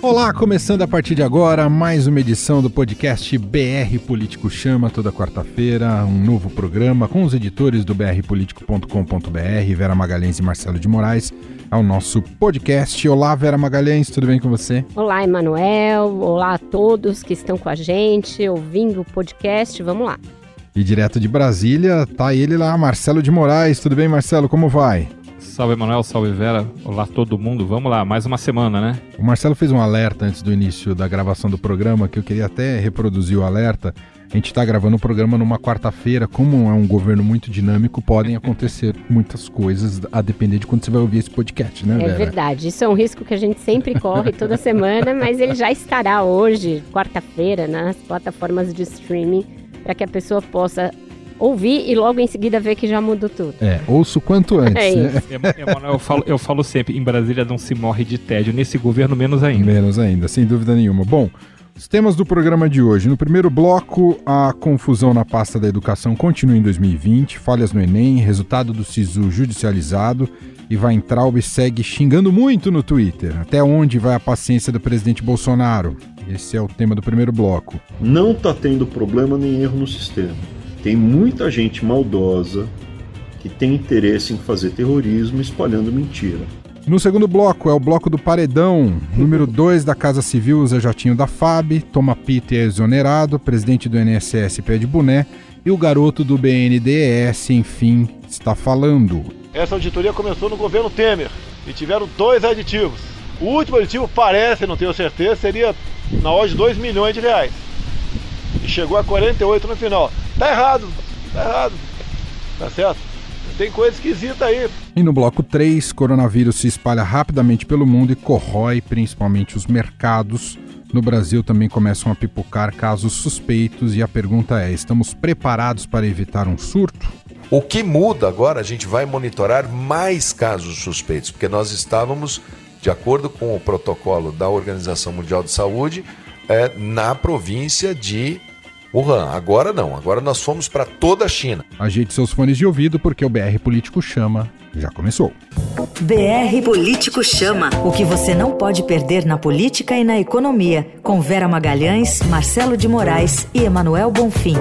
Olá, começando a partir de agora mais uma edição do podcast BR Político Chama, toda quarta-feira, um novo programa com os editores do brpolitico.com.br, Vera Magalhães e Marcelo de Moraes, ao nosso podcast. Olá, Vera Magalhães, tudo bem com você? Olá, Emanuel, olá a todos que estão com a gente, ouvindo o podcast, vamos lá. E direto de Brasília, tá ele lá, Marcelo de Moraes, tudo bem, Marcelo, como vai? Salve, Emanuel, salve, Vera, olá todo mundo, vamos lá, mais uma semana, né? O Marcelo fez um alerta antes do início da gravação do programa, que eu queria até reproduzir o alerta. A gente está gravando o programa numa quarta-feira, como é um governo muito dinâmico, podem acontecer muitas coisas, a depender de quando você vai ouvir esse podcast, né, Vera? É verdade, isso é um risco que a gente sempre corre toda semana, mas ele já estará hoje, quarta-feira, nas plataformas de streaming, para que a pessoa possa ouvir e logo em seguida ver que já mudou tudo. Ouço quanto antes, né? Emanuel, eu falo sempre, em Brasília não se morre de tédio, nesse governo menos ainda. Menos ainda, sem dúvida nenhuma. Bom, os temas do programa de hoje. No primeiro bloco, a confusão na pasta da educação continua em 2020, falhas no Enem, resultado do SISU judicializado e Weintraub segue xingando muito no Twitter. Até onde vai a paciência do presidente Bolsonaro? Esse é o tema do primeiro bloco. Não está tendo problema nem erro no sistema. Tem muita gente maldosa que tem interesse em fazer terrorismo espalhando mentira. No segundo bloco, é o bloco do Paredão. Número 2 da Casa Civil usa jatinho da FAB, toma pita e é exonerado, presidente do INSS pede boné e o garoto do BNDES, enfim, está falando. Essa auditoria começou no governo Temer e tiveram 2 aditivos. O último aditivo parece, não tenho certeza, seria na ordem de 2 milhões de reais. E chegou a 48 no final. Tá errado, tá certo? Tem coisa esquisita aí. E no bloco 3, coronavírus se espalha rapidamente pelo mundo e corrói principalmente os mercados. No Brasil também começam a pipocar casos suspeitos e a pergunta é, estamos preparados para evitar um surto? O que muda agora, a gente vai monitorar mais casos suspeitos, porque nós estávamos, de acordo com o protocolo da Organização Mundial de Saúde, na província de Wuhan. Agora não, agora nós fomos para toda a China. Ajeite seus fones de ouvido porque o BR Político Chama já começou. BR Político Chama. O que você não pode perder na política e na economia. Com Vera Magalhães, Marcelo de Moraes e Emanuel Bonfim.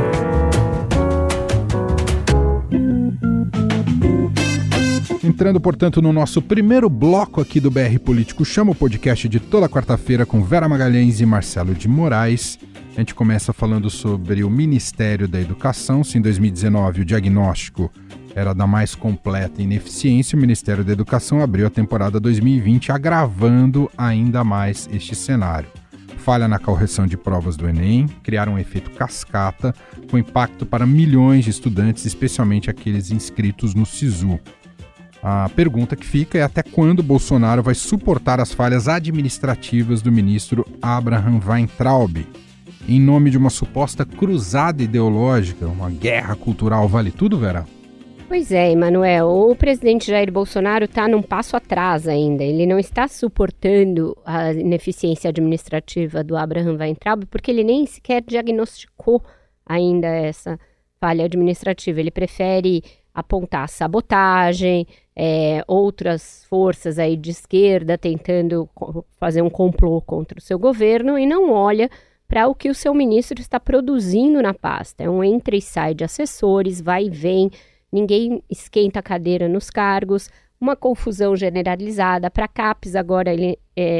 Entrando, portanto, no nosso primeiro bloco aqui do BR Político Chama, o podcast de toda quarta-feira com Vera Magalhães e Marcelo de Moraes. A gente começa falando sobre o Ministério da Educação. Se em 2019 o diagnóstico era da mais completa ineficiência, o Ministério da Educação abriu a temporada 2020 agravando ainda mais este cenário. Falha na correção de provas do Enem, criaram um efeito cascata com impacto para milhões de estudantes, especialmente aqueles inscritos no SISU. A pergunta que fica é até quando Bolsonaro vai suportar as falhas administrativas do ministro Abraham Weintraub? Em nome de uma suposta cruzada ideológica, uma guerra cultural, vale tudo, Vera? Pois é, Emanuel, o presidente Jair Bolsonaro está num passo atrás ainda. Ele não está suportando a ineficiência administrativa do Abraham Weintraub porque ele nem sequer diagnosticou ainda essa falha administrativa. Ele prefere apontar sabotagem, outras forças aí de esquerda tentando fazer um complô contra o seu governo e não olha para o que o seu ministro está produzindo na pasta. É um entra e sai de assessores, vai e vem, ninguém esquenta a cadeira nos cargos, uma confusão generalizada. Para a CAPES agora ele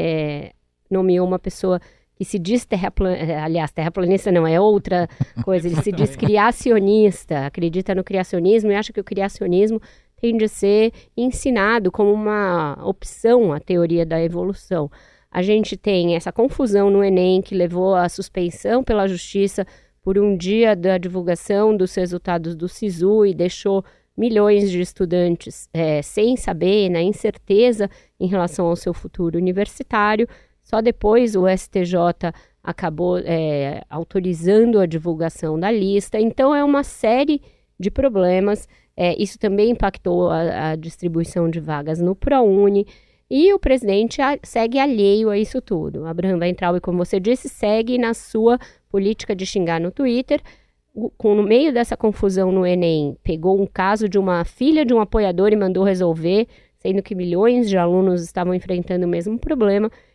nomeou uma pessoa que se diz terraplanista não, é outra coisa, ele se diz criacionista, acredita no criacionismo e acha que o criacionismo tem de ser ensinado como uma opção à teoria da evolução. A gente tem essa confusão no Enem que levou à suspensão pela Justiça por um dia da divulgação dos resultados do SISU e deixou milhões de estudantes sem saber, na incerteza em relação ao seu futuro universitário. Só depois o STJ acabou autorizando a divulgação da lista. Então é uma série de problemas. Isso também impactou a distribuição de vagas no ProUni. E o presidente segue alheio a isso tudo. Abraham Weintraub, como você disse, segue na sua política de xingar no Twitter. No meio dessa confusão no Enem, pegou um caso de uma filha de um apoiador e mandou resolver, sendo que milhões de alunos estavam enfrentando o mesmo problema.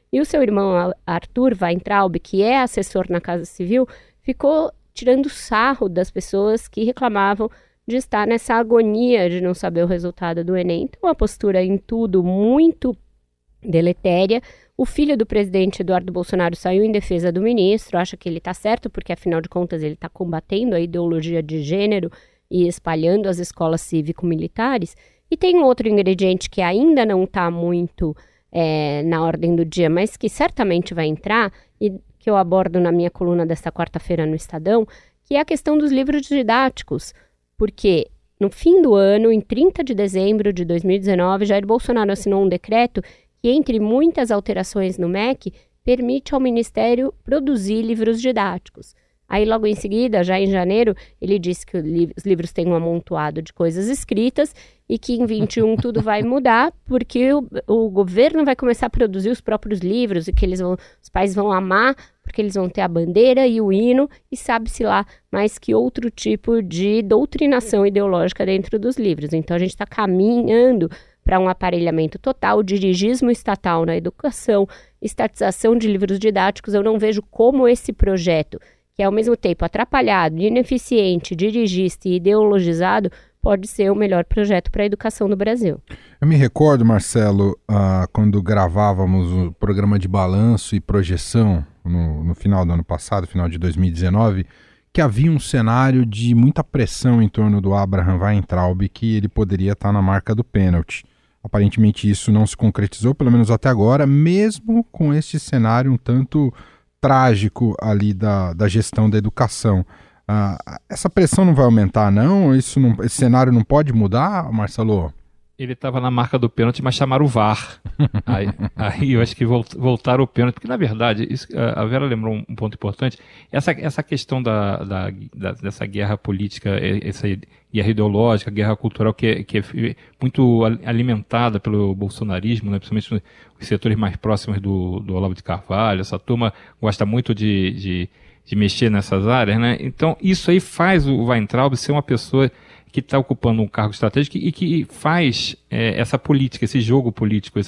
E o seu irmão Arthur Weintraub, que é assessor na Casa Civil, ficou tirando sarro das pessoas que reclamavam de estar nessa agonia de não saber o resultado do Enem. Então, uma postura em tudo muito deletéria. O filho do presidente Eduardo Bolsonaro saiu em defesa do ministro, acha que ele está certo, porque afinal de contas ele está combatendo a ideologia de gênero e espalhando as escolas cívico-militares. E tem um outro ingrediente que ainda não está muito na ordem do dia, mas que certamente vai entrar, e que eu abordo na minha coluna desta quarta-feira no Estadão, que é a questão dos livros didáticos. Porque no fim do ano, em 30 de dezembro de 2019, Jair Bolsonaro assinou um decreto que, entre muitas alterações no MEC, permite ao Ministério produzir livros didáticos. Aí, logo em seguida, já em janeiro, ele disse que os livros têm um amontoado de coisas escritas e que em 21 tudo vai mudar, porque o governo vai começar a produzir os próprios livros e que os pais vão amar, porque eles vão ter a bandeira e o hino e sabe-se lá mais que outro tipo de doutrinação ideológica dentro dos livros. Então, a gente está caminhando para um aparelhamento total, dirigismo estatal na educação, estatização de livros didáticos. Eu não vejo como esse projeto, que é ao mesmo tempo atrapalhado, ineficiente, dirigista e ideologizado, pode ser o melhor projeto para a educação do Brasil. Eu me recordo, Marcelo, quando gravávamos o programa de balanço e projeção no final do ano passado, final de 2019, que havia um cenário de muita pressão em torno do Abraham Weintraub, que ele poderia estar na marca do pênalti. Aparentemente isso não se concretizou, pelo menos até agora, mesmo com este cenário um tanto trágico ali da gestão da educação. Essa pressão não vai aumentar, não? Esse cenário não pode mudar, Marcelo? Ele estava na marca do pênalti, mas chamaram o VAR. aí eu acho que voltaram o pênalti, porque na verdade, a Vera lembrou um ponto importante, essa questão dessa guerra política, essa guerra ideológica, guerra cultural que é muito alimentada pelo bolsonarismo, né, principalmente os setores mais próximos do Olavo de Carvalho. Essa turma gosta muito de mexer nessas áreas, né? Então isso aí faz o Weintraub ser uma pessoa que está ocupando um cargo estratégico e que faz essa política, esse jogo político,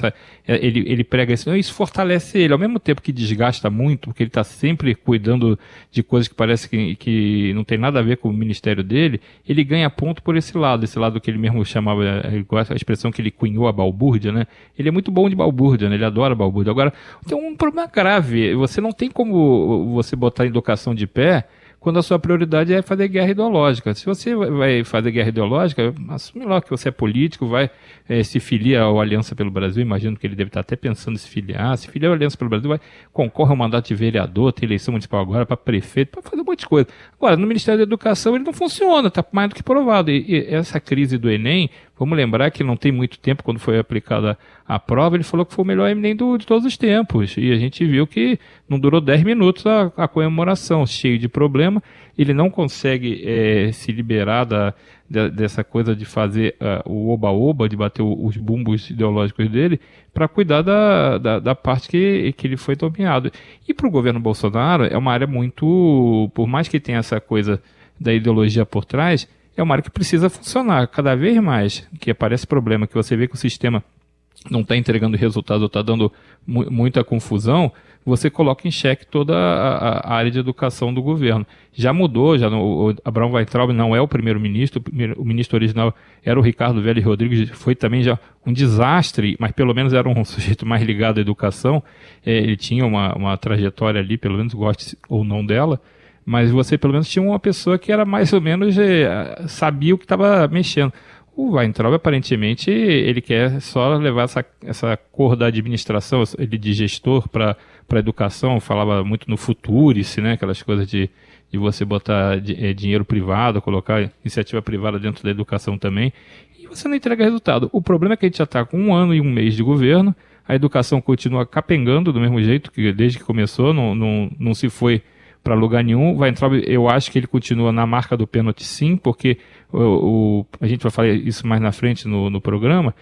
ele prega isso fortalece ele, ao mesmo tempo que desgasta muito, porque ele está sempre cuidando de coisas que parece que não tem nada a ver com o ministério dele. Ele ganha ponto por esse lado que ele mesmo chamava, a expressão que ele cunhou, a balbúrdia, né? Ele é muito bom de balbúrdia, né? Ele adora balbúrdia. Agora, tem um problema grave, você não tem como você botar a educação de pé quando a sua prioridade é fazer guerra ideológica. Se você vai fazer guerra ideológica, assume logo que você é político, vai se filiar ao Aliança pelo Brasil, imagino que ele deve estar até pensando em se filiar ao Aliança pelo Brasil, concorre ao mandato de vereador, tem eleição municipal agora, para prefeito, para fazer um monte de coisa. Agora, no Ministério da Educação ele não funciona, está mais do que provado. E essa crise do Enem, vamos lembrar que não tem muito tempo, quando foi aplicada a prova, ele falou que foi o melhor Enem de todos os tempos. E a gente viu que não durou 10 minutos a comemoração, cheio de problema. Ele não consegue se liberar dessa coisa de fazer o oba-oba, de bater os bumbos ideológicos dele, para cuidar da parte que ele foi nomeado. E para o governo Bolsonaro, é uma área muito, por mais que tenha essa coisa da ideologia por trás, é uma área que precisa funcionar. Cada vez mais que aparece problema, que você vê que o sistema não está entregando resultado, está dando muita confusão, você coloca em xeque toda a área de educação do governo. Já mudou, o Abraham Weintraub não é o primeiro-ministro, o ministro original era o Ricardo Vélez Rodrigues, foi também já um desastre, mas pelo menos era um sujeito mais ligado à educação, ele tinha uma trajetória ali, pelo menos goste ou não dela, mas você pelo menos tinha uma pessoa que era mais ou menos, sabia o que estava mexendo. O Weintraub, aparentemente, ele quer só levar essa cor da administração, ele de gestor para a educação, falava muito no Futurice, né, aquelas coisas de você botar dinheiro privado, colocar iniciativa privada dentro da educação também, e você não entrega resultado. O problema é que a gente já está com 1 ano e 1 mês de governo, a educação continua capengando do mesmo jeito, que desde que começou, não se foi para lugar nenhum. Weintraub, eu acho que ele continua na marca do pênalti, sim, porque a gente vai falar isso mais na frente no programa.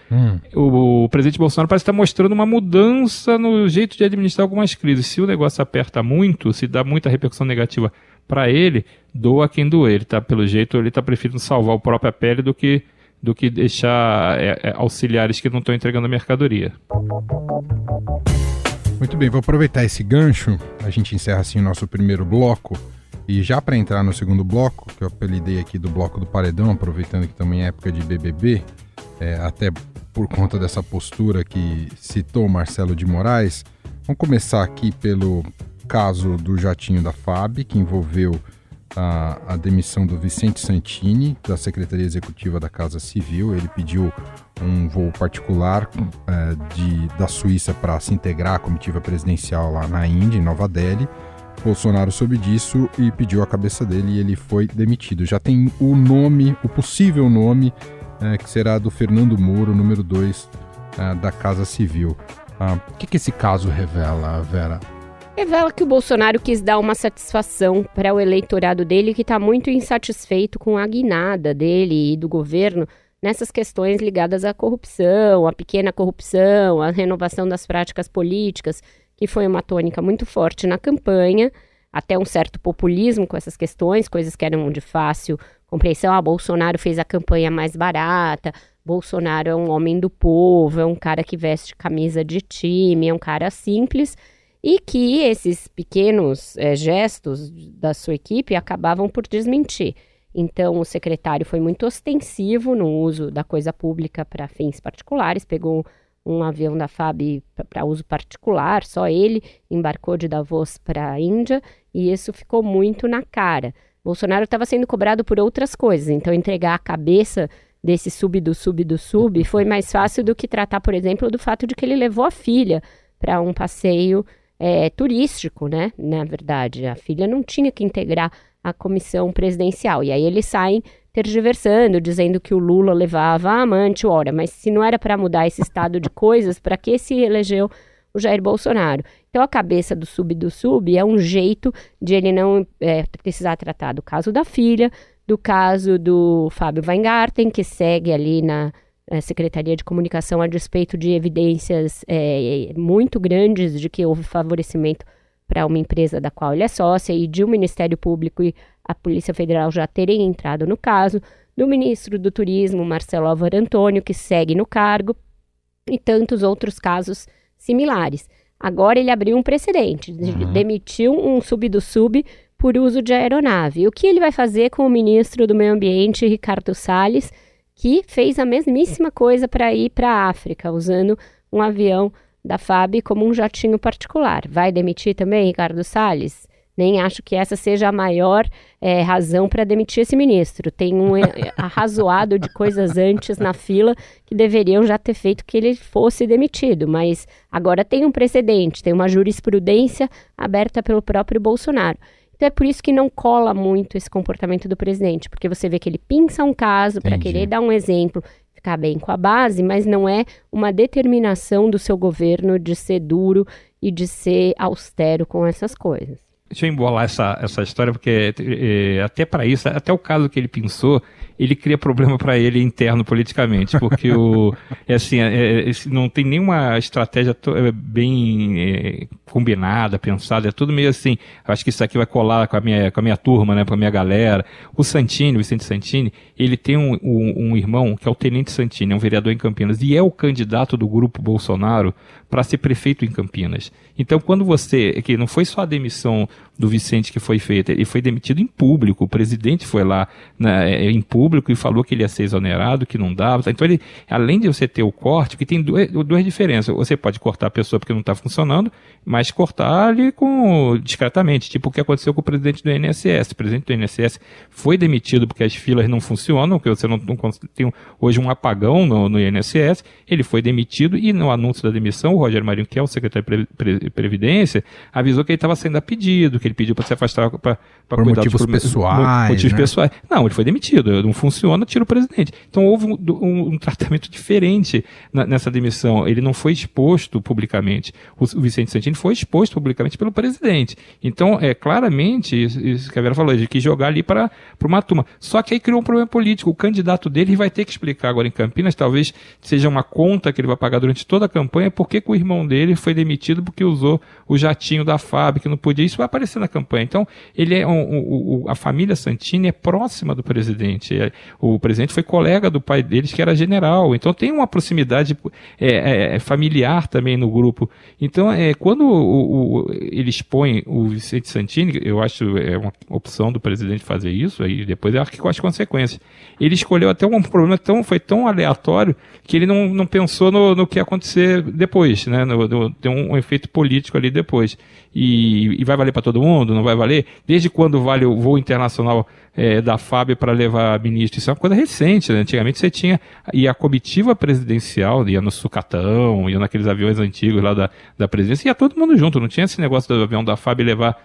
O presidente Bolsonaro parece estar mostrando uma mudança no jeito de administrar algumas crises. Se o negócio aperta muito, se dá muita repercussão negativa para ele, doa quem doer. Ele tá, pelo jeito, ele está preferindo salvar a própria pele do que deixar auxiliares que não estão entregando a mercadoria. Muito bem, vou aproveitar esse gancho, a gente encerra assim o nosso primeiro bloco, e já para entrar no segundo bloco, que eu apelidei aqui do bloco do Paredão, aproveitando que também é época de BBB, até por conta dessa postura que citou Marcelo de Moraes, vamos começar aqui pelo caso do jatinho da FAB, que envolveu a demissão do Vicente Santini, da Secretaria Executiva da Casa Civil. Ele pediu um voo particular da Suíça para se integrar à comitiva presidencial lá na Índia, em Nova Delhi. Bolsonaro soube disso e pediu a cabeça dele e ele foi demitido. Já tem o possível nome, que será do Fernando Moro, número 2 da Casa Civil. O que esse caso revela, Vera? Revela que o Bolsonaro quis dar uma satisfação para o eleitorado dele, que está muito insatisfeito com a guinada dele e do governo nessas questões ligadas à corrupção, à pequena corrupção, à renovação das práticas políticas, que foi uma tônica muito forte na campanha, até um certo populismo com essas questões, coisas que eram de fácil compreensão. Bolsonaro fez a campanha mais barata, Bolsonaro é um homem do povo, é um cara que veste camisa de time, é um cara simples, e que esses pequenos gestos da sua equipe acabavam por desmentir. Então, o secretário foi muito ostensivo no uso da coisa pública para fins particulares, pegou um avião da FAB para uso particular, só ele embarcou de Davos para a Índia, e isso ficou muito na cara. Bolsonaro estava sendo cobrado por outras coisas, então entregar a cabeça desse sub foi mais fácil do que tratar, por exemplo, do fato de que ele levou a filha para um passeio turístico, né? Na verdade, a filha não tinha que integrar a comissão presidencial. E aí eles saem tergiversando, dizendo que o Lula levava a amante. Ora, mas se não era para mudar esse estado de coisas, para que se elegeu o Jair Bolsonaro? Então a cabeça do sub é um jeito de ele não precisar tratar do caso da filha, do caso do Fábio Weingarten, que segue ali na Secretaria de Comunicação a despeito de evidências muito grandes de que houve favorecimento para uma empresa da qual ele é sócia, e de o Ministério Público e a Polícia Federal já terem entrado no caso, do ministro do Turismo, Marcelo Álvaro Antônio, que segue no cargo, e tantos outros casos similares. Agora ele abriu um precedente, demitiu um sub por uso de aeronave. O que ele vai fazer com o ministro do Meio Ambiente, Ricardo Salles, que fez a mesmíssima coisa para ir para a África, usando um avião da FAB como um jatinho particular? Vai demitir também Ricardo Salles? Nem acho que essa seja a maior razão para demitir esse ministro. Tem um arrazoado de coisas antes na fila que deveriam já ter feito que ele fosse demitido, mas agora tem um precedente, tem uma jurisprudência aberta pelo próprio Bolsonaro. Então é por isso que não cola muito esse comportamento do presidente, porque você vê que ele pinça um caso para querer dar um exemplo, ficar bem com a base, mas não é uma determinação do seu governo de ser duro e de ser austero com essas coisas. Deixa eu embolar essa história, porque até para isso, até o caso que ele pensou, ele cria problema para ele interno politicamente, porque não tem nenhuma estratégia bem combinada, pensada, é tudo meio assim, acho que isso aqui vai colar com a minha turma, né, com a minha galera. O Vicente Santini, ele tem um irmão que é o Tenente Santini, é um vereador em Campinas, e é o candidato do grupo Bolsonaro para ser prefeito em Campinas. Então, que não foi só a demissão do Vicente que foi feita, ele foi demitido em público, o presidente foi lá em público e falou que ele ia ser exonerado, que não dava. Então, além de você ter o corte, que tem duas diferenças, você pode cortar a pessoa porque não está funcionando, mas cortar ali discretamente, tipo o que aconteceu com o presidente do INSS. O presidente do INSS foi demitido porque as filas não funcionam, porque você não tem hoje um apagão no INSS, ele foi demitido e no anúncio da demissão, o Rogério Marinho, que é o secretário de Previdência, avisou que ele estava sendo a pedido, que ele pediu para se afastar para cuidar motivos pessoais. Motivos pessoais. Não, ele foi demitido, não funciona, tira o presidente. Então houve um tratamento diferente nessa demissão. Ele não foi exposto publicamente. O Vicente Santini foi exposto publicamente pelo presidente. Então, claramente, isso que a Vera falou, ele quis jogar ali para uma turma. Só que aí criou um problema político. O candidato dele vai ter que explicar agora em Campinas, talvez seja uma conta que ele vai pagar durante toda a campanha, porque o irmão dele foi demitido porque usou o jatinho da FAB, que não podia. Isso vai aparecer aparecer na campanha. Então, ele é a família Santini é próxima do presidente. O presidente foi colega do pai deles, que era general. Então, tem uma proximidade familiar também no grupo. Então, quando ele expõe o Vicente Santini, eu acho uma opção do presidente fazer isso, aí depois arca com as consequências. Ele escolheu até um problema foi tão aleatório que ele não pensou no que ia acontecer depois, né? Tem um efeito político ali depois. E vai valer para todo mundo? Não vai valer? Desde quando vale o voo internacional da FAB para levar ministro? Isso é uma coisa recente, né? Antigamente você tinha, e a comitiva presidencial ia no sucatão, ia naqueles aviões antigos lá da presidência, ia todo mundo junto, não tinha esse negócio do avião da FAB levar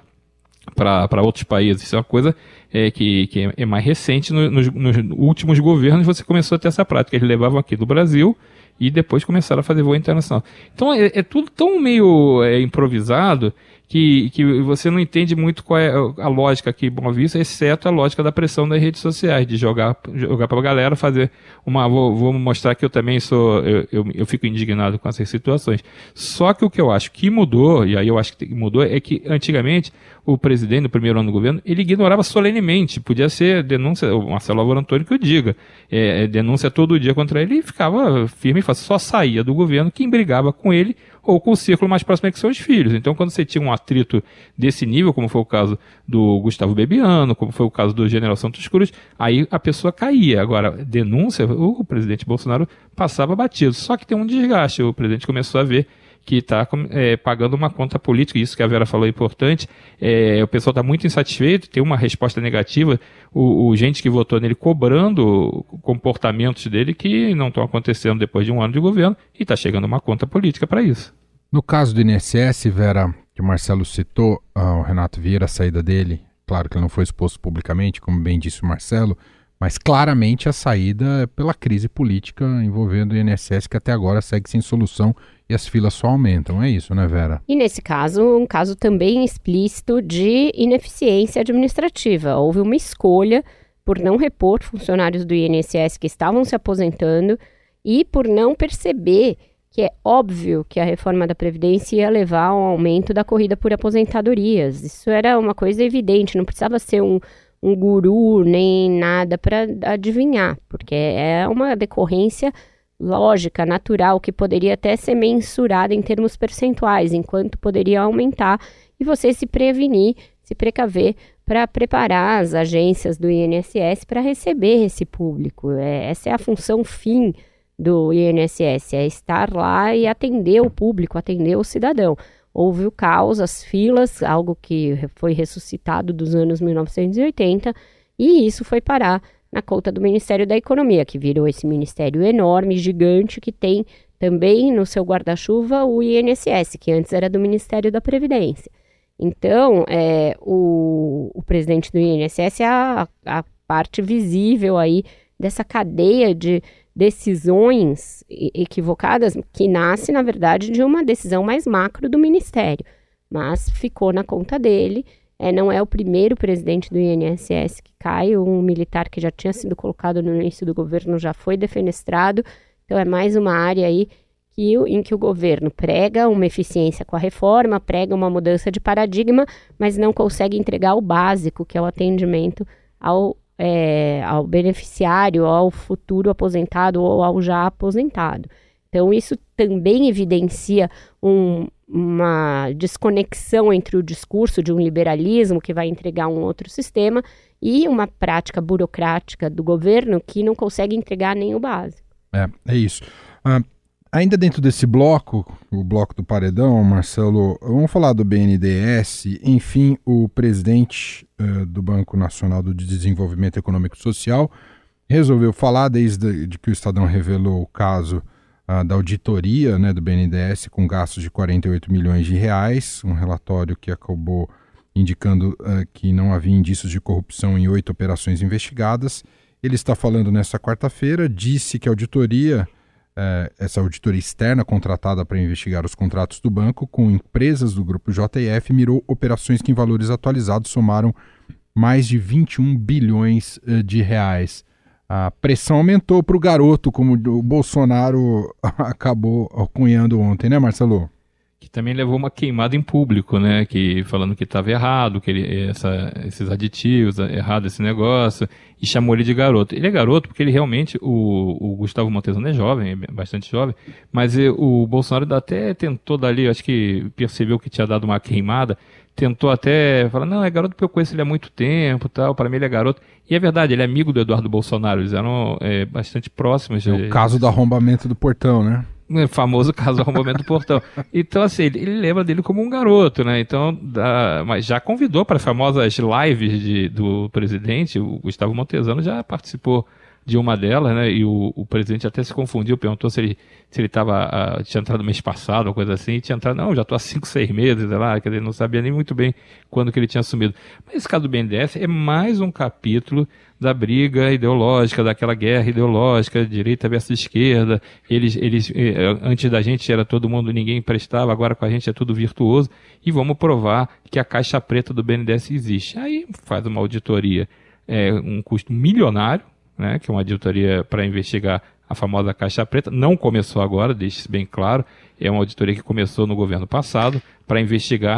para outros países. Isso é uma coisa que é mais recente. Nos últimos governos você começou a ter essa prática. Eles levavam aqui do Brasil e depois começaram a fazer voo internacional. Então é tudo tão meio improvisado que você não entende muito qual é a lógica aqui, bom visto, exceto a lógica da pressão das redes sociais, de jogar para a galera, fazer vou mostrar que eu também sou, eu fico indignado com essas situações. Só que o que eu acho que mudou, e aí eu acho que mudou, é que antigamente o presidente, no primeiro ano do governo, ele ignorava solenemente, podia ser denúncia, o Marcelo Álvaro Antônio que o diga, denúncia todo dia contra ele, e ficava firme e fácil, só saía do governo quem brigava com ele ou com o círculo mais próximo que são os filhos. Então, quando você tinha um atrito desse nível, como foi o caso do Gustavo Bebiano, como foi o caso do General Santos Cruz, aí a pessoa caía. Agora, denúncia, o presidente Bolsonaro passava batido. Só que tem um desgaste. O presidente começou a ver que está pagando uma conta política, isso que a Vera falou é importante. O pessoal está muito insatisfeito, tem uma resposta negativa, gente que votou nele cobrando comportamentos dele que não estão acontecendo depois de um ano de governo, e está chegando uma conta política para isso. No caso do INSS, Vera, que o Marcelo citou, o Renato Vieira, a saída dele, claro que ele não foi exposto publicamente, como bem disse o Marcelo, mas claramente a saída é pela crise política envolvendo o INSS, que até agora segue sem solução e as filas só aumentam. É isso, né, Vera? E nesse caso, um caso também explícito de ineficiência administrativa. Houve uma escolha por não repor funcionários do INSS que estavam se aposentando e por não perceber que é óbvio que a reforma da Previdência ia levar a um aumento da corrida por aposentadorias. Isso era uma coisa evidente, não precisava ser um guru nem nada para adivinhar, porque é uma decorrência lógica, natural, que poderia até ser mensurada em termos percentuais, enquanto poderia aumentar, e você se prevenir, se precaver para preparar as agências do INSS para receber esse público. Essa é a função fim do INSS, é estar lá e atender o público, atender o cidadão. Houve o caos, as filas, algo que foi ressuscitado dos anos 1980, e isso foi parar na conta do Ministério da Economia, que virou esse ministério enorme, gigante, que tem também no seu guarda-chuva o INSS, que antes era do Ministério da Previdência. Então, o presidente do INSS é a parte visível aí dessa cadeia de decisões equivocadas, que nasce, na verdade, de uma decisão mais macro do Ministério, mas ficou na conta dele. Não é o primeiro presidente do INSS que cai, um militar que já tinha sido colocado no início do governo já foi defenestrado, então é mais uma área aí em que o governo prega uma eficiência com a reforma, prega uma mudança de paradigma, mas não consegue entregar o básico, que é o atendimento ao beneficiário, ao futuro aposentado ou ao já aposentado. Então isso também evidencia uma desconexão entre o discurso de um liberalismo que vai entregar um outro sistema e uma prática burocrática do governo que não consegue entregar nem o básico. É isso. Ainda dentro desse bloco, o bloco do paredão, Marcelo, vamos falar do BNDES. Enfim, o presidente do Banco Nacional do Desenvolvimento Econômico e Social resolveu falar, desde que o Estadão revelou o caso da auditoria, né, do BNDES, com gastos de 48 milhões de reais, um relatório que acabou indicando que não havia indícios de corrupção em 8 operações investigadas. Ele está falando nesta quarta-feira, disse que a auditoria, essa auditoria externa contratada para investigar os contratos do banco com empresas do grupo JF, mirou operações que em valores atualizados somaram mais de 21 bilhões de reais. A pressão aumentou para o garoto, como o Bolsonaro acabou cunhando ontem, né, Marcelo? que também levou uma queimada em público, né? Falando que estava errado, que esses aditivos, errado esse negócio, e chamou ele de garoto. Ele é garoto porque ele realmente, o Gustavo Montezano é jovem, é bastante jovem, mas o Bolsonaro até tentou dali, acho que percebeu que tinha dado uma queimada, tentou até falar, não, é garoto porque eu conheço ele há muito tempo, tal, para mim ele é garoto. E é verdade, ele é amigo do Eduardo Bolsonaro, eles eram bastante próximos. É o caso do arrombamento do portão, né? O famoso caso do arrombamento do portão. Então, assim, ele lembra dele como um garoto, né? Então, mas já convidou para as famosas lives do presidente, o Gustavo Montezano já participou de uma delas, né? E o presidente até se confundiu, perguntou se ele tinha entrado mês passado, uma coisa assim, e tinha entrado, não, já estou há 5, 6 meses, sei lá, quer dizer, não sabia nem muito bem quando que ele tinha assumido. Mas esse caso do BNDES é mais um capítulo da briga ideológica, daquela guerra ideológica, direita versus esquerda. Eles antes da gente era todo mundo, ninguém prestava, agora com a gente é tudo virtuoso, e vamos provar que a caixa preta do BNDES existe. Aí faz uma auditoria, um custo milionário, né, que é uma auditoria para investigar a famosa caixa preta, não começou agora, deixe isso bem claro, é uma auditoria que começou no governo passado para investigar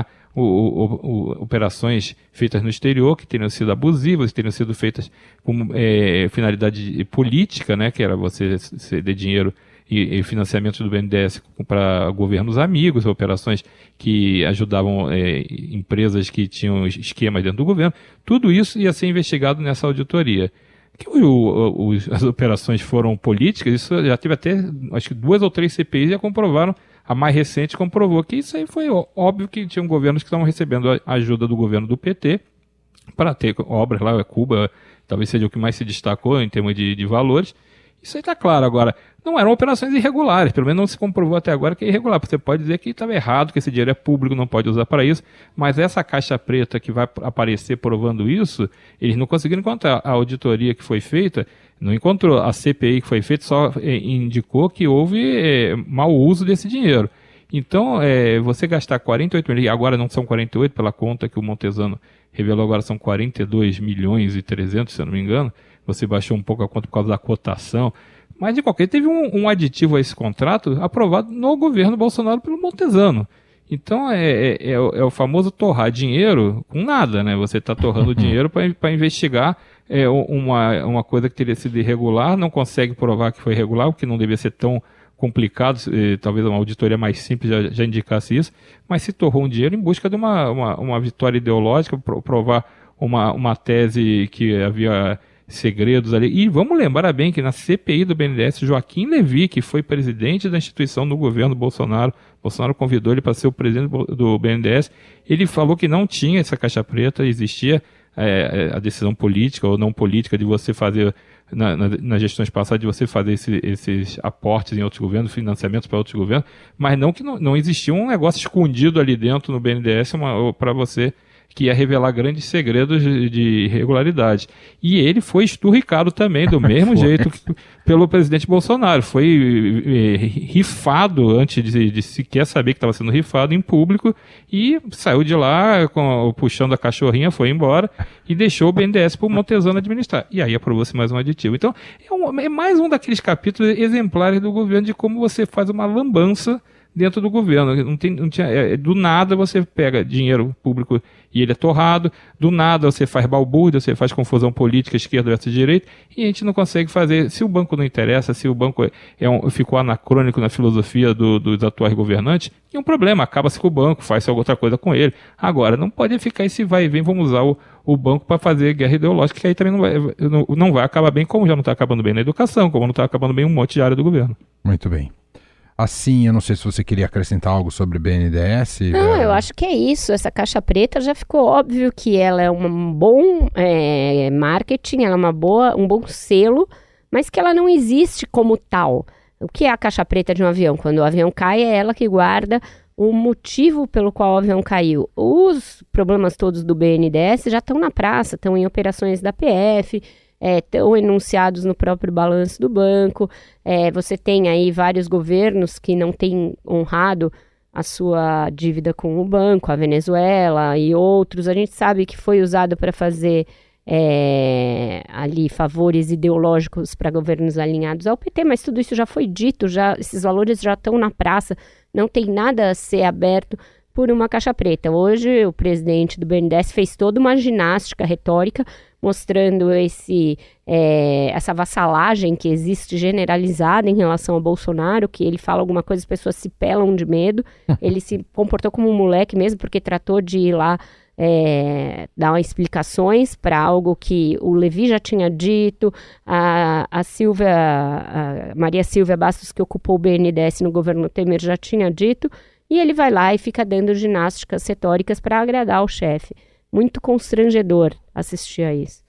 operações feitas no exterior que teriam sido abusivas, teriam sido feitas com finalidade política, né, que era você ceder dinheiro e financiamento do BNDES para governos amigos, operações que ajudavam empresas que tinham esquemas dentro do governo. Tudo isso ia ser investigado nessa auditoria. Que as operações foram políticas, isso já teve até, acho que 2 ou 3 CPIs já comprovaram, a mais recente comprovou que isso aí foi óbvio que tinham governos que estavam recebendo a ajuda do governo do PT para ter obras lá, Cuba talvez seja o que mais se destacou em termos de valores. Isso aí está claro. Agora, não eram operações irregulares, pelo menos não se comprovou até agora que é irregular. Você pode dizer que estava errado, que esse dinheiro é público, não pode usar para isso, mas essa caixa preta que vai aparecer provando isso, eles não conseguiram encontrar. A auditoria que foi feita não encontrou. A CPI que foi feita só indicou que houve mau uso desse dinheiro. Então, você gastar 48 milhões, agora não são 48 pela conta que o Montezano revelou, agora são 42 milhões e 300, se eu não me engano. Você baixou um pouco a conta por causa da cotação. Mas, de qualquer jeito, teve um aditivo a esse contrato aprovado no governo Bolsonaro pelo Montezano. Então, é o famoso torrar dinheiro com nada, né? Você está torrando dinheiro para investigar uma coisa que teria sido irregular, não consegue provar que foi irregular, o que não devia ser tão complicado, talvez uma auditoria mais simples já indicasse isso, mas se torrou um dinheiro em busca de uma vitória ideológica, provar uma tese que havia segredos ali. E vamos lembrar bem que na CPI do BNDES, Joaquim Levy, que foi presidente da instituição no governo Bolsonaro convidou ele para ser o presidente do BNDES, ele falou que não tinha essa caixa preta, existia a decisão política ou não política de você fazer, nas gestões passadas, de você fazer esses aportes em outros governos, financiamentos para outros governos, mas não que não existia um negócio escondido ali dentro no BNDES para você, que ia revelar grandes segredos de irregularidade. E ele foi esturricado também, do mesmo jeito que pelo presidente Bolsonaro. Foi rifado antes de sequer saber que estava sendo rifado em público e saiu de lá puxando a cachorrinha, foi embora e deixou o BNDES para o Montezano administrar. E aí aprovou-se mais um aditivo. Então, é mais um daqueles capítulos exemplares do governo de como você faz uma lambança dentro do governo. Do nada você pega dinheiro público e ele é torrado, do nada você faz balbúrdia, você faz confusão política, esquerda versus direita, e a gente não consegue fazer. Se o banco não interessa, se o banco ficou anacrônico na filosofia dos atuais governantes, é um problema, acaba-se com o banco, faz outra coisa com ele. Agora, não pode ficar esse vai e vem, vamos usar o banco para fazer guerra ideológica, que aí também não vai acabar bem, como já não está acabando bem na educação, como não está acabando bem um monte de área do governo. Muito bem. Assim, eu não sei se você queria acrescentar algo sobre BNDES. Não, eu acho que é isso. Essa caixa preta já ficou óbvio que ela é um bom marketing, ela é um bom selo, mas que ela não existe como tal. O que é a caixa preta de um avião? Quando o avião cai, é ela que guarda o motivo pelo qual o avião caiu. Os problemas todos do BNDES já estão na praça, estão em operações da PF, estão enunciados no próprio balanço do banco. Você tem aí vários governos que não têm honrado a sua dívida com o banco, a Venezuela e outros. A gente sabe que foi usado para fazer ali favores ideológicos para governos alinhados ao PT, mas tudo isso já foi dito, esses valores já estão na praça, não tem nada a ser aberto por uma caixa preta. Hoje o presidente do BNDES fez toda uma ginástica retórica mostrando essa vassalagem que existe generalizada em relação ao Bolsonaro, que ele fala alguma coisa, as pessoas se pelam de medo. Ele se comportou como um moleque mesmo, porque tratou de ir lá dar explicações para algo que o Levi já tinha dito, a Maria Silvia Bastos, que ocupou o BNDES no governo Temer, já tinha dito, e ele vai lá e fica dando ginásticas retóricas para agradar o chefe. Muito constrangedor assistir a isso.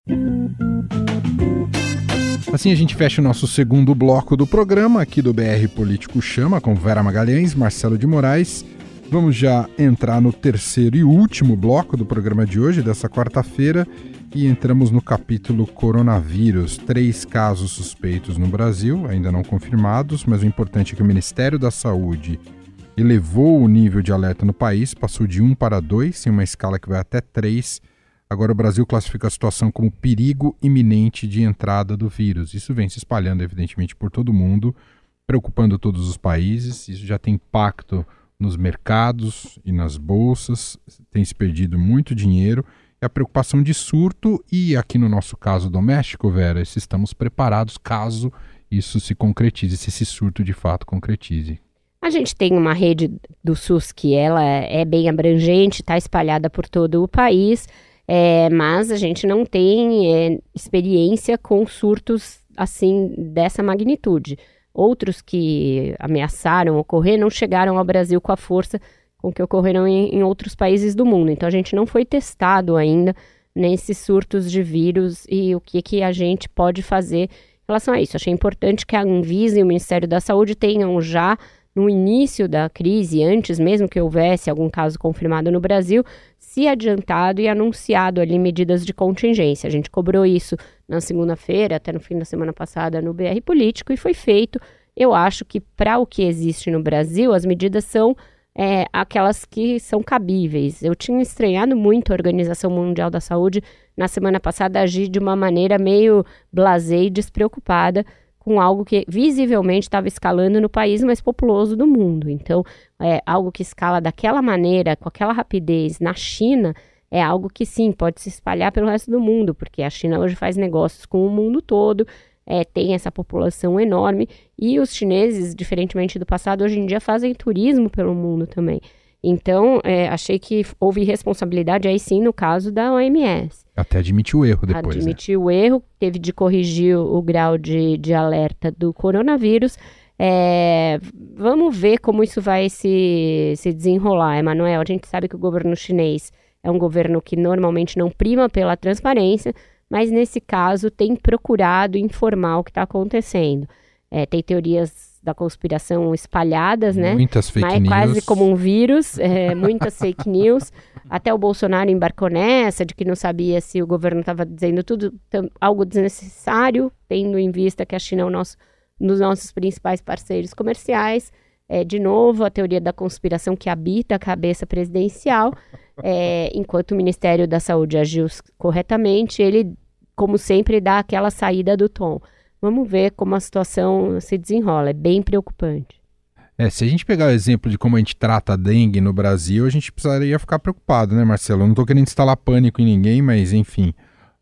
Assim a gente fecha o nosso segundo bloco do programa aqui do BR Político Chama, com Vera Magalhães, Marcelo de Moraes. Vamos já entrar no terceiro e último bloco do programa de hoje, dessa quarta-feira, e entramos no capítulo coronavírus. 3 casos suspeitos no Brasil, ainda não confirmados, mas o importante é que o Ministério da Saúde elevou o nível de alerta no país, passou de 1 para 2, em uma escala que vai até 3. Agora o Brasil classifica a situação como perigo iminente de entrada do vírus. Isso vem se espalhando, evidentemente, por todo o mundo, preocupando todos os países. Isso já tem impacto nos mercados e nas bolsas, tem se perdido muito dinheiro, e a preocupação de surto, e aqui no nosso caso doméstico, Vera, se estamos preparados caso isso se concretize, se esse surto de fato concretize. A gente tem uma rede do SUS que ela é bem abrangente, está espalhada por todo o país, mas a gente não tem experiência com surtos assim dessa magnitude. Outros que ameaçaram ocorrer não chegaram ao Brasil com a força com que ocorreram em outros países do mundo. Então a gente não foi testado ainda nesses surtos de vírus e o que a gente pode fazer em relação a isso. Achei importante que a Anvisa e o Ministério da Saúde tenham já, no início da crise, antes mesmo que houvesse algum caso confirmado no Brasil, se adiantado e anunciado ali medidas de contingência. A gente cobrou isso na segunda-feira, até no fim da semana passada, no BR Político, e foi feito. Eu acho que para o que existe no Brasil, as medidas são aquelas que são cabíveis. Eu tinha estranhado muito a Organização Mundial da Saúde na semana passada agir de uma maneira meio blasé e despreocupada com algo que visivelmente estava escalando no país mais populoso do mundo. Então, algo que escala daquela maneira, com aquela rapidez na China, é algo que sim, pode se espalhar pelo resto do mundo, porque a China hoje faz negócios com o mundo todo, tem essa população enorme, e os chineses, diferentemente do passado, hoje em dia fazem turismo pelo mundo também. Então, achei que houve responsabilidade aí sim no caso da OMS. Até admitiu o erro depois. Admitiu o erro, teve de corrigir o grau de alerta do coronavírus. Vamos ver como isso vai se desenrolar, Emanuel. A gente sabe que o governo chinês é um governo que normalmente não prima pela transparência, mas nesse caso tem procurado informar o que está acontecendo. Tem teorias da conspiração espalhadas, né? Muitas fake news. Quase como um vírus, muitas fake news. Até o Bolsonaro embarcou nessa, de que não sabia se o governo estava dizendo tudo, algo desnecessário, tendo em vista que a China é um dos nossos principais parceiros comerciais. De novo, a teoria da conspiração que habita a cabeça presidencial, enquanto o Ministério da Saúde agiu corretamente, ele, como sempre, dá aquela saída do tom. Vamos ver como a situação se desenrola, é bem preocupante. Se a gente pegar o exemplo de como a gente trata a dengue no Brasil, a gente precisaria ficar preocupado, né, Marcelo? Eu não estou querendo instalar pânico em ninguém, mas, enfim,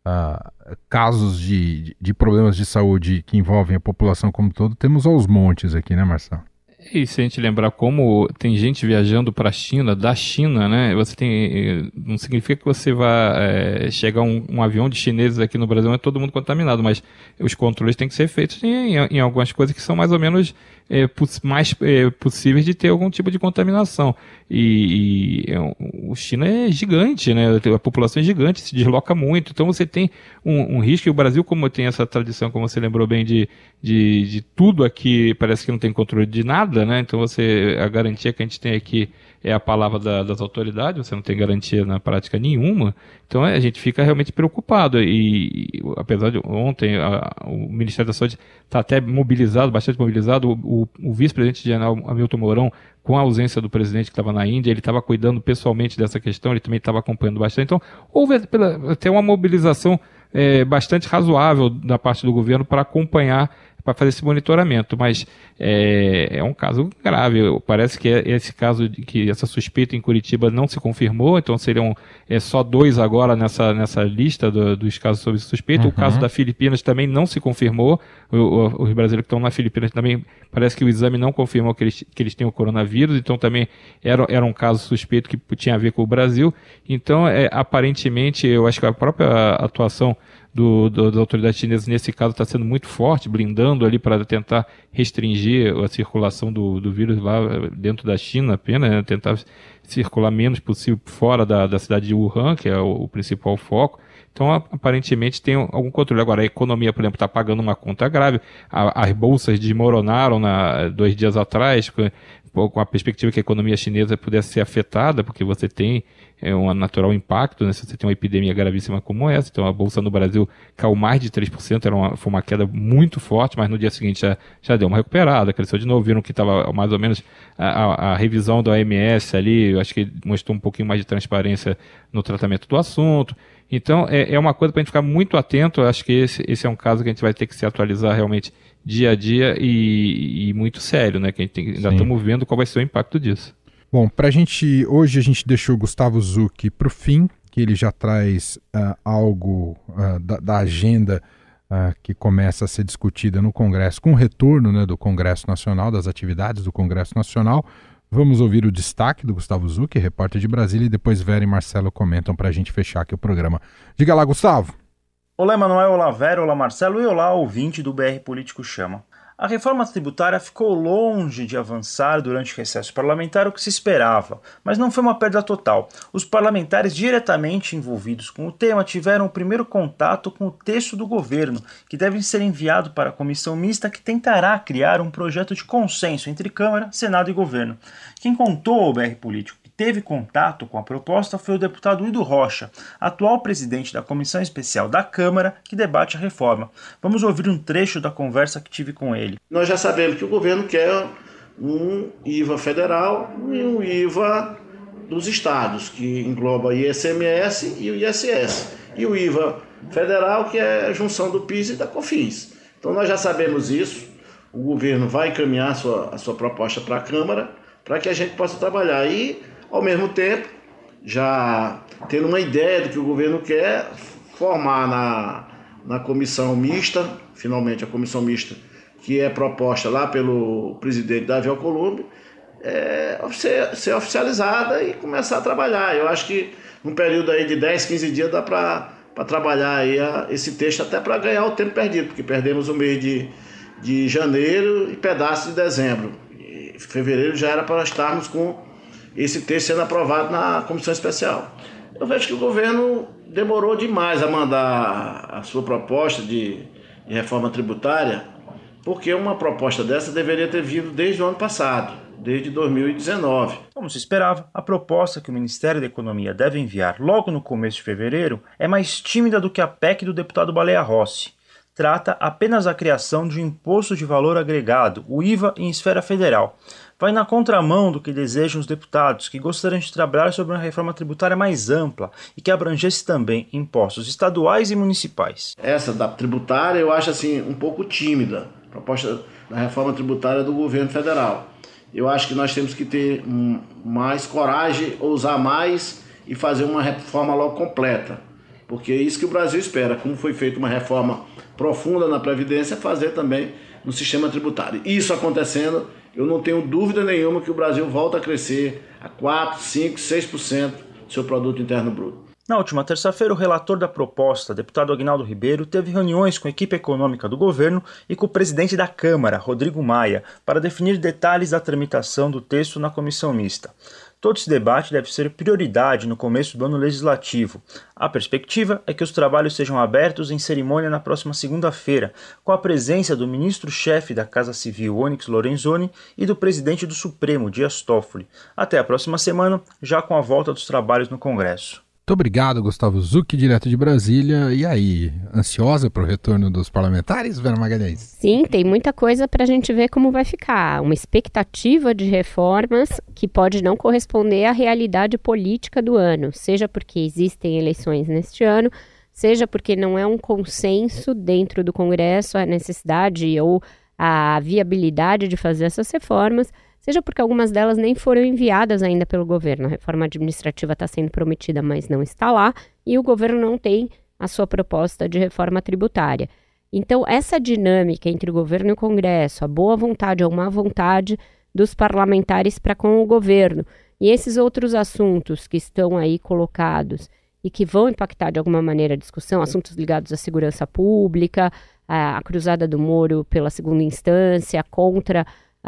casos de problemas de saúde que envolvem a população como um todo, temos aos montes aqui, né, Marcelo? E se a gente lembrar como tem gente viajando para a China, da China, né? Não significa que você vai chegar um avião de chineses aqui no Brasil, não é todo mundo contaminado, mas os controles têm que ser feitos em algumas coisas que são mais ou menos mais possíveis de ter algum tipo de contaminação. O China é gigante, né? A população é gigante, se desloca muito, então você tem um risco, e o Brasil, como tem essa tradição, como você lembrou bem, de tudo aqui, parece que não tem controle de nada, né? Então a garantia que a gente tem aqui é a palavra das autoridades, você não tem garantia na prática nenhuma, então a gente fica realmente preocupado, e apesar de ontem o Ministério da Saúde está até mobilizado, bastante mobilizado, o vice-presidente general Hamilton Mourão, com a ausência do presidente que estava na Índia, ele estava cuidando pessoalmente dessa questão, ele também estava acompanhando bastante, então houve até uma mobilização bastante razoável da parte do governo para acompanhar, para fazer esse monitoramento, mas é um caso grave. Parece que esse caso, que essa suspeita em Curitiba não se confirmou, então seriam só 2 agora nessa lista dos casos sob suspeita. Uhum. O caso da Filipinas também não se confirmou. Os brasileiros que estão na Filipinas também, parece que o exame não confirmou que eles têm o coronavírus, então também era um caso suspeito que tinha a ver com o Brasil. Então, aparentemente, eu acho que a própria atuação das autoridades chinesas nesse caso está sendo muito forte, blindando ali para tentar restringir a circulação do vírus lá dentro da China apenas, né? Tentar circular menos possível fora da cidade de Wuhan, que é o principal foco. Então, aparentemente, tem algum controle. Agora, a economia, por exemplo, está pagando uma conta grave. As bolsas desmoronaram 2 dias atrás, com a perspectiva que a economia chinesa pudesse ser afetada, porque você tem um natural impacto, né, se você tem uma epidemia gravíssima como essa. Então a bolsa no Brasil caiu mais de 3%, foi uma queda muito forte, mas no dia seguinte já deu uma recuperada, cresceu de novo. Viram que estava mais ou menos a revisão da OMS ali, eu acho que mostrou um pouquinho mais de transparência no tratamento do assunto. Então é uma coisa para a gente ficar muito atento. Eu acho que esse é um caso que a gente vai ter que se atualizar realmente dia a dia e muito sério, né? Que ainda estamos vendo qual vai ser o impacto disso. Bom, hoje a gente deixou o Gustavo Zucchi para o fim, que ele já traz algo da agenda que começa a ser discutida no Congresso, com o retorno, né, do Congresso Nacional, das atividades do Congresso Nacional. Vamos ouvir o destaque do Gustavo Zucchi, repórter de Brasília, e depois Vera e Marcelo comentam para a gente fechar aqui o programa. Diga lá, Gustavo. Olá, Emanuel, olá, Vera, olá, Marcelo e olá, ouvinte do BR Político Chama. A reforma tributária ficou longe de avançar durante o recesso parlamentar, o que se esperava, mas não foi uma perda total. Os parlamentares diretamente envolvidos com o tema tiveram o primeiro contato com o texto do governo, que deve ser enviado para a comissão mista que tentará criar um projeto de consenso entre Câmara, Senado e governo. Quem contou ao BR Político que teve contato com a proposta foi o deputado Uido Rocha, atual presidente da Comissão Especial da Câmara que debate a reforma. Vamos ouvir um trecho da conversa que tive com ele. Nós já sabemos que o governo quer um IVA federal e um IVA dos estados, que engloba ICMS e o ISS. E o IVA federal, que é a junção do PIS e da COFINS. Então nós já sabemos isso. O governo vai encaminhar a sua proposta para a Câmara para que a gente possa trabalhar. E, ao mesmo tempo, já tendo uma ideia do que o governo quer, formar na comissão mista, finalmente a comissão mista, que é proposta lá pelo presidente Davi Alcolumbre, ser oficializada e começar a trabalhar. Eu acho que num período aí de 10, 15 dias dá para trabalhar aí esse texto, até para ganhar o tempo perdido, porque perdemos o mês de janeiro e pedaço de dezembro. Em fevereiro já era para estarmos com esse texto sendo aprovado na comissão especial. Eu vejo que o governo demorou demais a mandar a sua proposta de reforma tributária, porque uma proposta dessa deveria ter vindo desde o ano passado, desde 2019. Como se esperava, a proposta que o Ministério da Economia deve enviar logo no começo de fevereiro é mais tímida do que a PEC do deputado Baleia Rossi. Trata apenas a criação de um imposto de valor agregado, o IVA, em esfera federal. Vai na contramão do que desejam os deputados, que gostariam de trabalhar sobre uma reforma tributária mais ampla e que abrangesse também impostos estaduais e municipais. Essa da tributária eu acho assim um pouco tímida, a proposta da reforma tributária do governo federal. Eu acho que nós temos que ter mais coragem, ousar mais e fazer uma reforma logo completa. Porque é isso que o Brasil espera, como foi feita uma reforma profunda na Previdência, fazer também no sistema tributário. Isso acontecendo, eu não tenho dúvida nenhuma que o Brasil volta a crescer a 4, 5, 6% do seu produto interno bruto. Na última terça-feira, o relator da proposta, deputado Aguinaldo Ribeiro, teve reuniões com a equipe econômica do governo e com o presidente da Câmara, Rodrigo Maia, para definir detalhes da tramitação do texto na comissão mista. Todo esse debate deve ser prioridade no começo do ano legislativo. A perspectiva é que os trabalhos sejam abertos em cerimônia na próxima segunda-feira, com a presença do ministro-chefe da Casa Civil, Onyx Lorenzoni, e do presidente do Supremo, Dias Toffoli. Até a próxima semana, já com a volta dos trabalhos no Congresso. Muito obrigado, Gustavo Zucchi, direto de Brasília. E aí, ansiosa para o retorno dos parlamentares, Vera Magalhães? Sim, tem muita coisa para a gente ver como vai ficar. Uma expectativa de reformas que pode não corresponder à realidade política do ano, seja porque existem eleições neste ano, seja porque não é um consenso dentro do Congresso a necessidade ou a viabilidade de fazer essas reformas, seja porque algumas delas nem foram enviadas ainda pelo governo. A reforma administrativa está sendo prometida, mas não está lá, e o governo não tem a sua proposta de reforma tributária. Então, essa dinâmica entre o governo e o Congresso, a boa vontade ou má vontade dos parlamentares para com o governo, e esses outros assuntos que estão aí colocados e que vão impactar de alguma maneira a discussão, assuntos ligados à segurança pública, a cruzada do Moro pela segunda instância, contra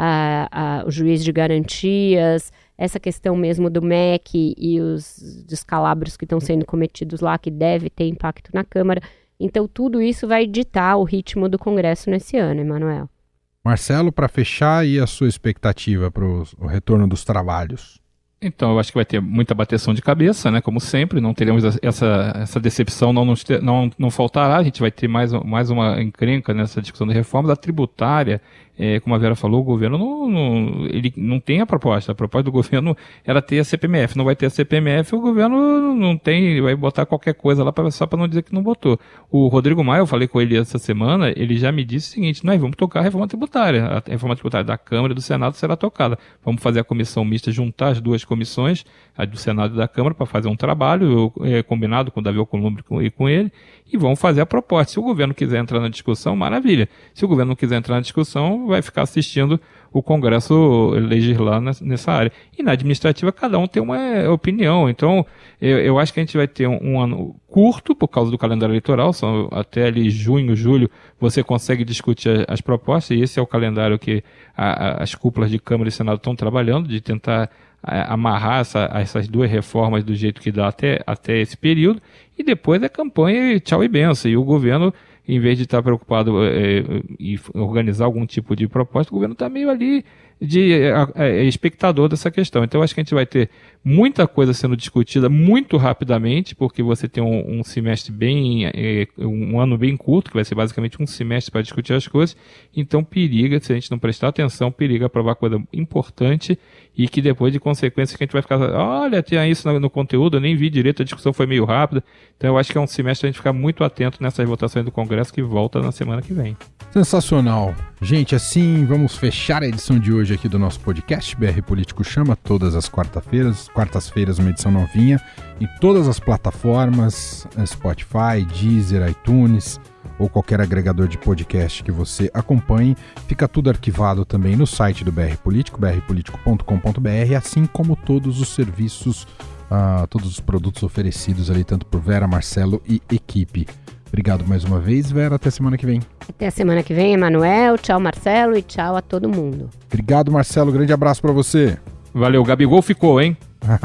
o juiz de garantias, essa questão mesmo do MEC e os descalabros que estão sendo cometidos lá, que deve ter impacto na Câmara. Então, tudo isso vai ditar o ritmo do Congresso nesse ano, Emanuel. Marcelo, para fechar, e a sua expectativa para o retorno dos trabalhos? Então, eu acho que vai ter muita bateção de cabeça, né? Como sempre, não teremos essa decepção, não faltará. A gente vai ter mais uma encrenca nessa discussão de reformas. A tributária, como a Vera falou, o governo ele não tem a proposta. A proposta do governo era ter a CPMF. Não vai ter a CPMF, o governo não tem, vai botar qualquer coisa lá só para não dizer que não botou. O Rodrigo Maia, eu falei com ele essa semana, ele já me disse o seguinte: nós vamos tocar a reforma tributária. A reforma tributária da Câmara e do Senado será tocada. Vamos fazer a comissão mista, juntar as duas comissões, a do Senado e da Câmara, para fazer um trabalho combinado com o Davi Alcolumbre e com ele, e vamos fazer a proposta. Se o governo quiser entrar na discussão, maravilha. Se o governo não quiser entrar na discussão, vai ficar assistindo o Congresso legislar nessa área. E na administrativa, cada um tem uma opinião. Então, eu acho que a gente vai ter um ano curto, por causa do calendário eleitoral, são até ali junho, julho, você consegue discutir as propostas, e esse é o calendário que as cúpulas de Câmara e Senado estão trabalhando, de tentar amarrar essas duas reformas do jeito que dá até esse período, e depois é campanha e tchau e benção. E o governo, em vez de estar preocupado em organizar algum tipo de proposta, o governo está meio ali de espectador dessa questão. Então, eu acho que a gente vai ter muita coisa sendo discutida muito rapidamente, porque você tem um semestre um ano bem curto, que vai ser basicamente um semestre para discutir as coisas. Então, periga, se a gente não prestar atenção, periga aprovar coisa importante e que depois de consequências que a gente vai ficar, olha, tinha isso no conteúdo, eu nem vi direito, a discussão foi meio rápida. Então, eu acho que é um semestre a gente ficar muito atento nessas votações do Congresso, que volta na semana que vem. Sensacional. Gente, assim vamos fechar a edição de hoje aqui do nosso podcast BR Político Chama, todas as quartas-feiras uma edição novinha, em todas as plataformas, Spotify, Deezer, iTunes ou qualquer agregador de podcast que você acompanhe. Fica tudo arquivado também no site do BR Político, brpolitico.com.br, assim como todos os serviços, todos os produtos oferecidos ali, tanto por Vera, Marcelo e equipe. Obrigado mais uma vez, Vera. Até semana que vem. Até a semana que vem, Emanuel. Tchau, Marcelo, e tchau a todo mundo. Obrigado, Marcelo. Grande abraço pra você. Valeu. Gabigol ficou, hein?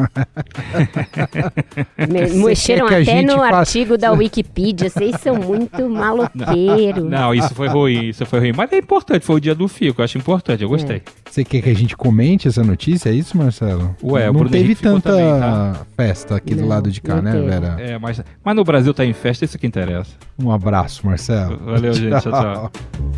Mexeram até no artigo da Wikipedia. Vocês são muito maloqueiros. Não, isso foi ruim. Mas é importante. Foi o dia do Fico. Eu acho importante. Eu gostei. Você quer que a gente comente essa notícia? É isso, Marcelo? Ué, não teve tanta também, tá? festa aqui do lado de cá, né, Vera? Mas no Brasil tá em festa, isso que interessa. Um abraço, Marcelo. Valeu, gente. Tchau.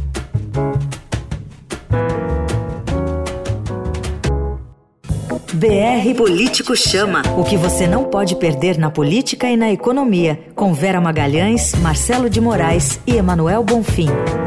BR Político Chama. O que você não pode perder na política e na economia. Com Vera Magalhães, Marcelo de Moraes e Emanuel Bonfim.